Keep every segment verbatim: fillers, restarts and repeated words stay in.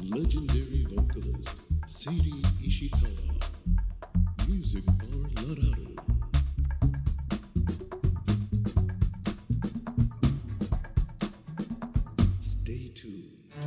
Legendary vocalist Seiri Ishikawa. Music Bar Nararu. Stay tuned.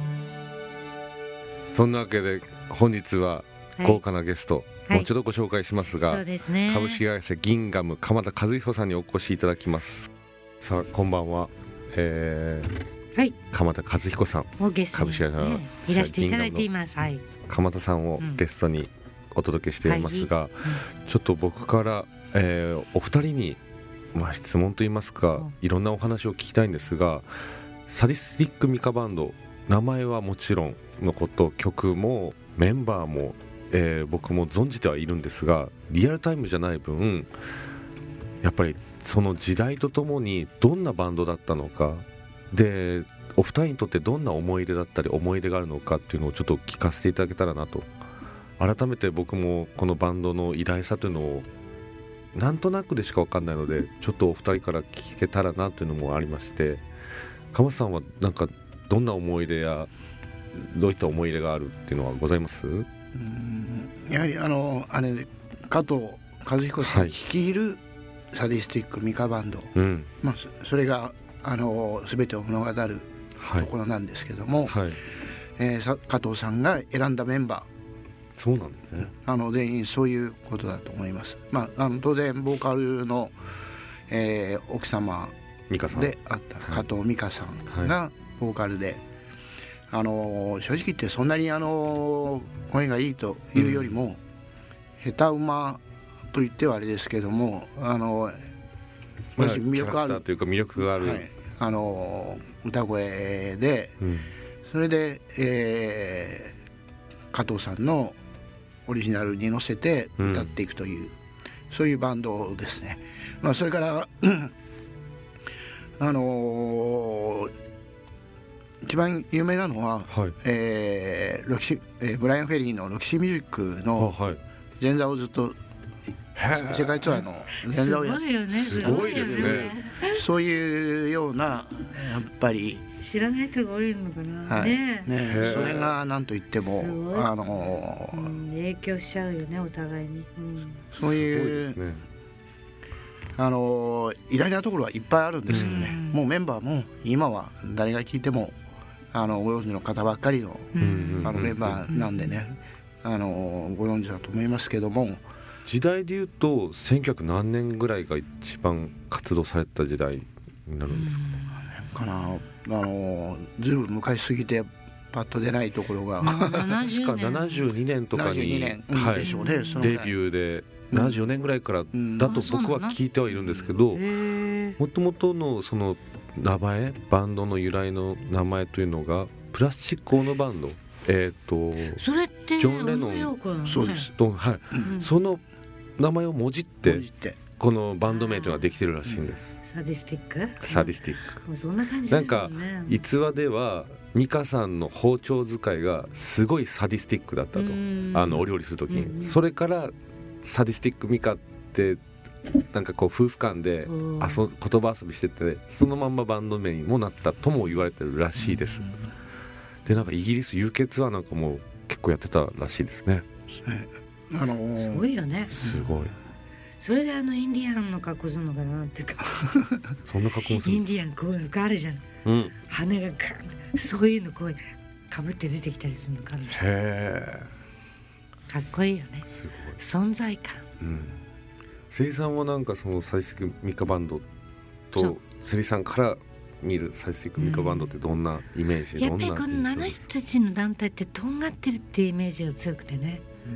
そんなわけで本日は豪華なゲスト、 はい、 もう一度ご紹介しますが、 そうですね、 株式会社ギンガム鎌田和彦さんにお越しいただきます。さあこんばんは、えーはい、 鎌田和彦さんをゲストに、 株式会社、 ね、いらしていただいています。はい、 鎌田さんをゲストにお届けしていますが、 はいうん、 ちょっと僕から、えー、お二人に、まあ、質問といいますか、 うん、 いろんなお話を聞きたいんですが、サディスティックミカバンド、名前はもちろんのこと、曲もメンバーも、えー、僕も存じてはいるんですが、リアルタイムじゃない分やっぱりその時代とともにどんなバンドだったのかで、お二人にとってどんな思い出だったり思い出があるのかっていうのをちょっと聞かせていただけたらなと。改めて僕もこのバンドの偉大さというのをなんとなくでしか分かんないので、ちょっとお二人から聞けたらなというのもありまして、鎌田さんはなんかどんな思い出やどういった思い入れがあるっていうのはございます？ うんやはりあのあれ加藤和彦さん率いるサディスティックミカバンド、 うんまあ、そ, それがあの全てを物語るところなんですけども、 はいはいえー、加藤さんが選んだメンバー、 そうなんですね、 あの全員そういうことだと思います。まあ、あの当然ボーカルの、えー、奥様であった加藤美香さんがボーカルで、はい、あの正直言ってそんなにあの声がいいというよりも、うん、下手馬と言ってはあれですけども、あのまあ、 魅力あるというか魅力がある、 はい、あの歌声で、うん、それで、えー、加藤さんのオリジナルに乗せて歌っていくという、うん、そういうバンドですね。まあ、それからあのー、一番有名なのは、はいえーロキシえー、ブライアン・フェリーのロキシミュージックの前座をずっと世界ツアーの前座をやってすごいですね。 そういうようなやっぱり知らない人が多いのかな、 はいねね、それが何と言ってもあの、 うん、影響しちゃうよねお互いに、うん、 そういう、ね、あの偉大なところはいっぱいあるんですけどね、うん、もうメンバーも今は誰が聞いてもあのご存知の方ばっかりの、うん、あのメンバーなんでね、あのご存知だと思いますけども、 時代でいうとせんきゅうひゃく何年ぐらいが一番活動された時代になるんですかね。 かなあのずいぶん昔すぎてパッと出ないところが確かななじゅうにねんとかにななじゅうにねん、はい、でしょうね、そのデビューでななじゅうよねんぐらいからだと僕は聞いてはいるんですけど、もともとのその名前バンドの由来の名前というのがプラスチックオのバンド、えーとそれってジョン・レノン、 ね、そうですと、はいうん、その名前をもじってこのバンド名というのはできてるらしいんです。 サディスティックサディスティック、 もうそんな感じですよね。なんか逸話ではミカさんの包丁使いがすごいサディスティックだったと、あのお料理するときに、それからサディスティックミカってなんかこう夫婦間で遊言葉遊びしてて、そのまんまバンド名にもなったとも言われてるらしいです。でなんかイギリス ユーケー ツアーなんかも結構やってたらしいですね。 あのー、 すごいよね。 すごい。 それであのインディアンの格好するのかなっていうかそんな格好する。 インディアンこういうのあるじゃん、うん、羽がガンそういうのこうかぶって出てきたりするのかな。へえ、 かっこいいよね。 すごい存在感、 うん、セリさんはなんかそのサディスティックミカバンドとセリさんから見るサディスティックミカバンドってどんなイメージ、うん、 やっぱりこのあの人たちの団体ってとんがってるっていうイメージが強くてね、うん、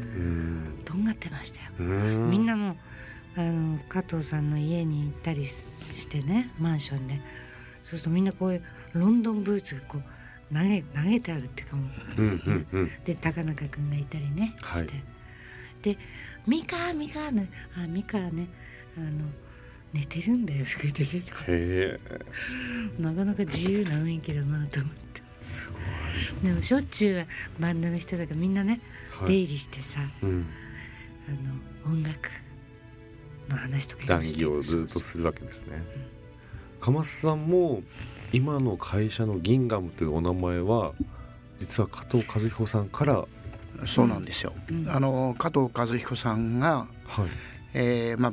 とんがってましたよ。みんなもあの加藤さんの家に行ったりしてね、マンションで、そうするとみんなこういうロンドンブーツがこう投げ、投げてあるっていうかも、うんうんうん、で高中君がいたりねして、はい、でミカミカね、あミカねあの寝てるんだよとか言ってて、へー、なかなか自由な雰囲気だなと思って。 すごい。 でもしょっちゅうバンドの人だからみんなね、はい、出入りしてさ、うん、あの音楽の話とか談義をずっとするわけですね。鎌田さんも今の会社のギンガムというお名前は実は加藤和彦さんから。 そうなんですよ、うん、あの加藤和彦さんが、はい、えー、まあ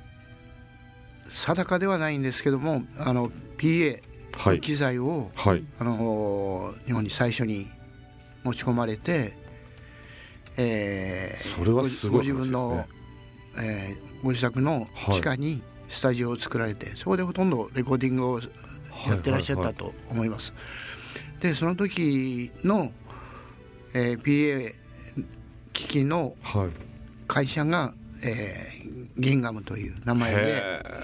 定かではないんですけども、あの ピーエー の機材を、はい、あの日本に最初に持ち込まれて、えー、 それはすごい話ですね。 ご自分の、えー、ご自宅の地下にスタジオを作られて、はい、そこでほとんどレコーディングをやってらっしゃったと思います、はいはいはい、でその時の、えー、ピーエー 機器の会社が、えー、ギンガムという名前で、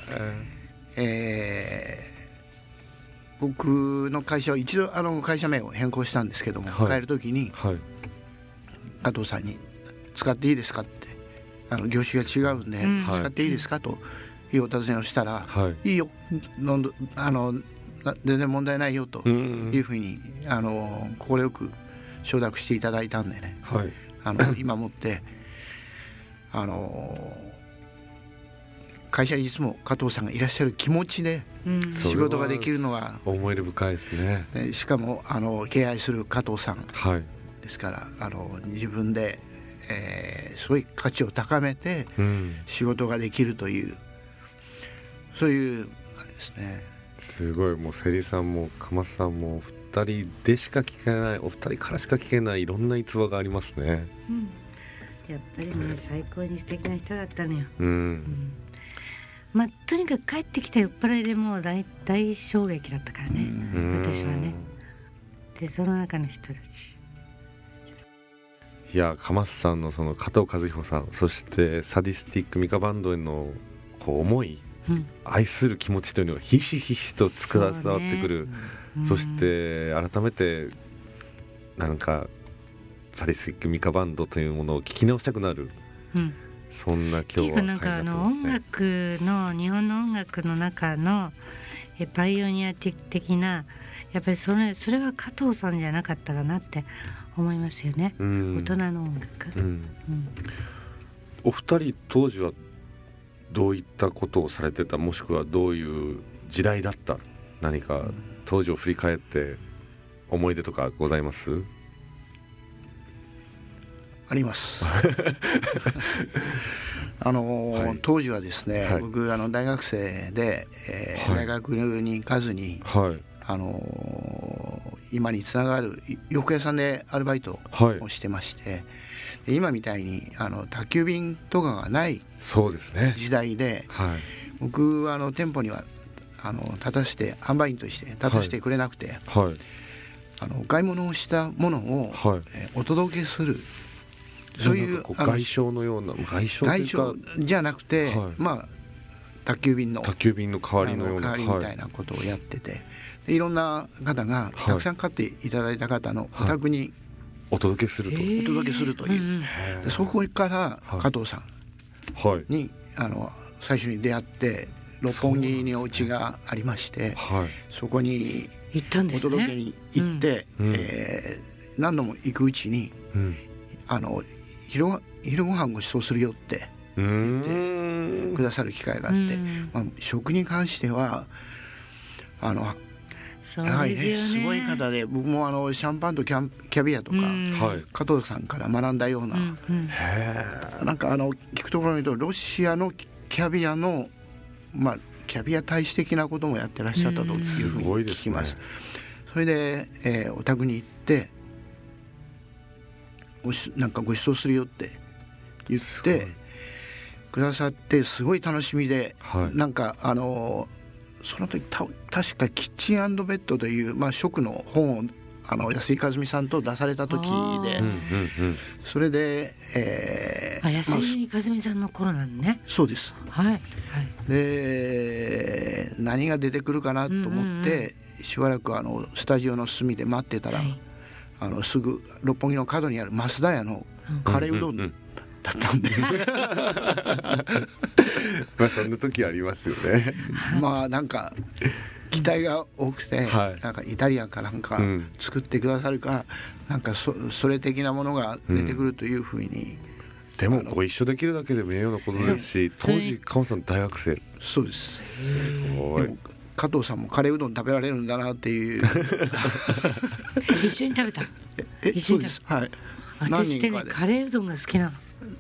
えー、僕の会社は一度あの会社名を変更したんですけども、はい、帰る時に、はい、加藤さんに使っていいですかって、あの業種が違うんで、うん、使っていいですかというお尋ねをしたら、はい、いいよのんどあの全然問題ないよというふうに快く承諾していただいたんでね、はい、あの今もってあの会社にいつも加藤さんがいらっしゃる気持ちで仕事ができるのは思い出深いですね。 しかもあの敬愛する加藤さんですから、はい、あの自分で、えー、すごい価値を高めて仕事ができるという、うん、そういうあれですね。 すごい、もうセリさんもかまさんもお二人でしか聞けない、お二人からしか聞けないいろんな逸話がありますね、うん、 やっぱりね、最高に素敵な人だったのよ、うんうん、まあとにかく帰ってきた酔っ払いでもう 大, 大衝撃だったからね、うん、私はね。でその中の一人たち、 いやかますさんのその加藤和彦さん、そしてサディスティックミカバンドへのこう思い、うん、愛する気持ちというのがひしひしと伝わってくる。 そ,、ね、そして改めてなんかサディスティックミカバンドというものを聞き直したくなる、うん、そんな今日はなんかあの音楽の日本の音楽の中のえパイオニア的なやっぱりそれ、それは加藤さんじゃなかったかなって思いますよね、うん、大人の音楽、うんうん、 お二人当時はどういったことをされてた、もしくはどういう時代だった、何か当時を振り返って思い出とかございます？ ありますあの、はい、当時はですね、はい、僕あの大学生で、えーはい、大学に行かずに、はい、あの今につながる洋服屋さんでアルバイトをしてまして、はい、で今みたいにあの宅急便とかがない時代で、ね、はい、僕はあの店舗にはあの立たして販売員として立たしてくれなくて、はいはい、あの買い物をしたものを、はい、えー、お届けする、そういう外商のような外商というか外商じゃなくて、はい、まあ宅急便の宅急便の代わりのような代わりみたいなことをやってて、はい、でいろんな方がたくさん買っていただいた方のお宅に、はい、 お届けするとお届けするという、でそこから加藤さんに、はい、あの最初に出会って、六本木にお家がありまして、 そ,、はい、そこにお届けに行って、うん、えー、何度も行くうちに、うん、あの 昼, 昼ご飯ご馳走するよって言ってくださる機会があって、まあ、食に関してはあのそうですよね、はいね、 すごい方で、僕もあのシャンパンとキャンキャビアとか、うん、加藤さんから学んだような、うんうん、なんかあの聞くところによるとロシアのキャビアの、まあ、キャビア大使的なこともやってらっしゃったというふうに聞きます。それで、えー、お宅に行ってごしなんかご馳走するよって言ってくださって、すごい楽しみで、はい、なんかあのその時た確かキッチン&ベッドという、まあ、食の本をあの安井和美さんと出された時で、うんうんうん、それで、えー、あ安井和美さんの頃なんね。 そうです、はいはい、で何が出てくるかなと思って、うんうんうん、しばらくあのスタジオの隅で待ってたら、はい、あのすぐ六本木の角にある増田屋のカレーうどんだったんで、うんうんうん、 まあそんな時ありますよねまあなんか期待が多くて、はい、なんかイタリアンかなんか作ってくださるか、うん、なんか そ, それ的なものが出てくるというふうに、うん、 でもご一緒できるだけで名誉なことですし、当時川本さん大学生。 そうです。すごい。でも加藤さんもカレーうどん食べられるんだなっていう一緒に食べた。 え一緒にそうですはい私ってね何人かでカレーうどんが好きなの。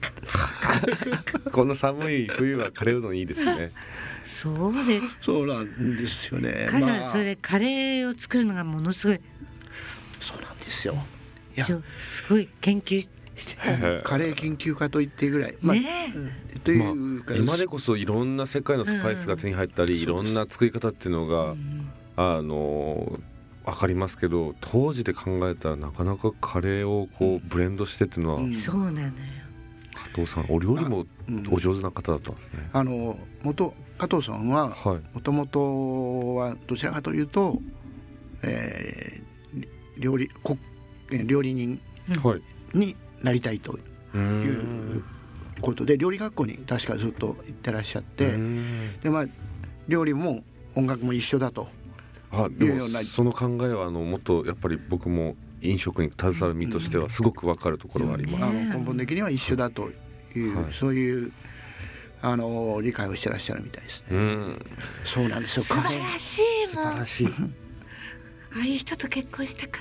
この寒い冬はカレーうどんいいですね。 そうです。 そうなんですよね彼まあはそれカレーを作るのがものすごいそうなんですよいやちょすごい研究してカレー研究家と言っていいぐらい、まあねえうんというか、 まあ、今でこそいろんな世界のスパイスが手に入ったり、 うんいろんな作り方っていうのが、 うん、 あの分かりますけど、当時で考えたらなかなかカレーをこうブレンドしてっていうのは、 うんそうなのよ。 加藤さんお料理もうんお上手な方だったんですね。 あの元加藤さんははいもともとはどちらかというと、えー料理こ料理人はいになりたいとうーいうんことで料理学校に確かずっと行ってらっしゃってうーんで、まあ、料理も音楽も一緒だとあでもいうようなその考えはあのもっとやっぱり僕も飲食に携わる身としてはすごく分かるところがあります。 あの根本的には一緒だという、 はいそういうあの理解をしてらっしゃるみたいですね。 うんそうなんですよ。 素晴らしい素もん。 晴らしい。 ああいう人と結婚したか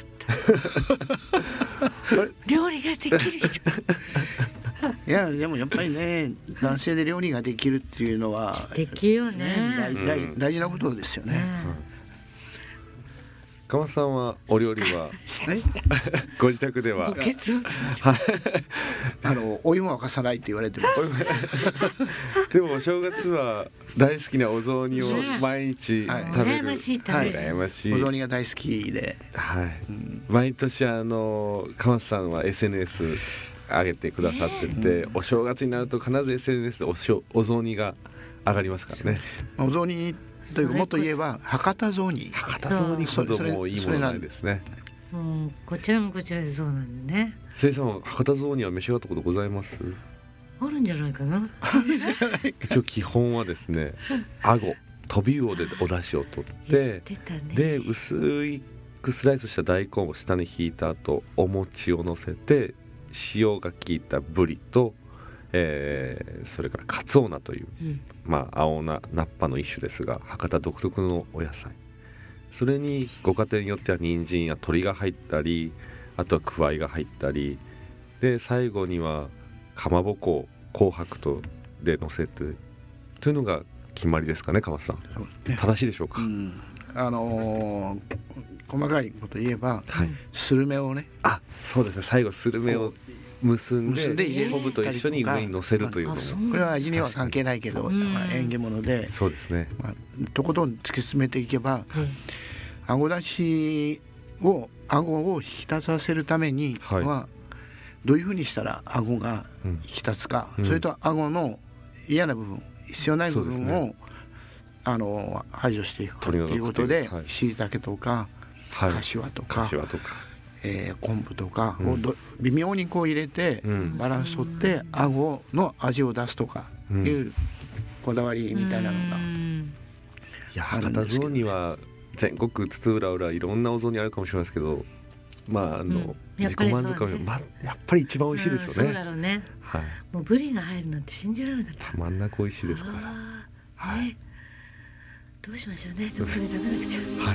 った料理ができる人いやでもやっぱりね男性で料理ができるっていうのはできるよね大大うん大事なことですよね。 ね鎌さんはお料理はねご自宅ではご血をあのお湯も沸かさないって言われてます。 でもお正月は大好きなお雑煮を毎日はい食べる。 羨ましい食べはいる、 羨ましい。 お雑煮が大好きで、 はい。 うん毎年あの鎌さんは エスエヌエス 上げてくださってて、お正月になると必ず エスエヌエス でおしょお雑煮が上がりますからね。 お雑煮というかもっと言えば博多雑煮。 博多雑煮ほどもういいものないですね。 もうこちらもこちらでそうなんでねせいさんは博多雑煮は召し上がったことございます？ あるんじゃないかな一応基本はですね、あご飛び魚でお出汁を取っ言てってたねで薄いくスライスした大根を下に引いた後お餅を乗せて塩が効いたブリと、えーそれからカツオナという、 うんまあ、青菜菜っぱの一種ですが博多独特のお野菜、それにご家庭によっては人参や鶏が入ったりあとはくわいが入ったりで最後にはかまぼこを紅白とで乗せてというのが決まりですかね。鎌さんそうね正しいでしょうか？ うんあのー細かいこと言えばはい、 スルメをねあそうですね、最後スルメを結んで結んで入れ昆布と一緒に上に乗せるというのもあそうなんだこれは味には関係ないけど、 うんまあ、縁起物で、 そうですね。 まあ、とことん突き詰めていけばはいあごだしをあごを引き立たせるためには、 はどういうふうにしたらあごがうん引き立つか、 うんそれとあごの嫌な部分必要ない部分を、 そうですねあの排除していくかと取り除くいうことでというはいしいたけとかはい、 かしわとか、 柏とか、 えー昆布とかうんをど微妙にこう入れて、 うんバランス取ってあごの味を出すとかいうこだわりみたいなのが、 うんいやある博多んですけど雑煮は全国津々浦々いろんなお雑煮あるかもしれないですけど、まああの、 うんや自己っぱりそうね満足感、まあ、やっぱり一番美味しいですようんそうだね。 ろうねはい、 もうブリが入るなんて信じられなかったたまんなく美味しいですから。 あーはいねどうしましょうねどこで食べなくちゃはい。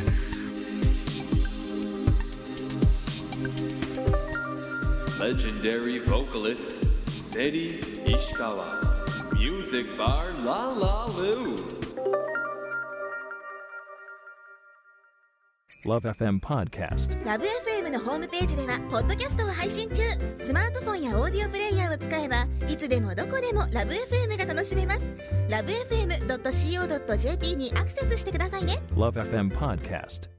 Legendary vocalist Seri Ishikawa. Music bar La La Lu. Love エフエム Podcast。 ラブ エフエム のホームページではポッドキャストを配信中。スマートフォンやオーディオプレイヤーを使えばいつでもどこでもラブ エフエム が楽しめます。ラブ エフエムドットシーオードットジェーピー にアクセスしてくださいね。 Love エフエム Podcast。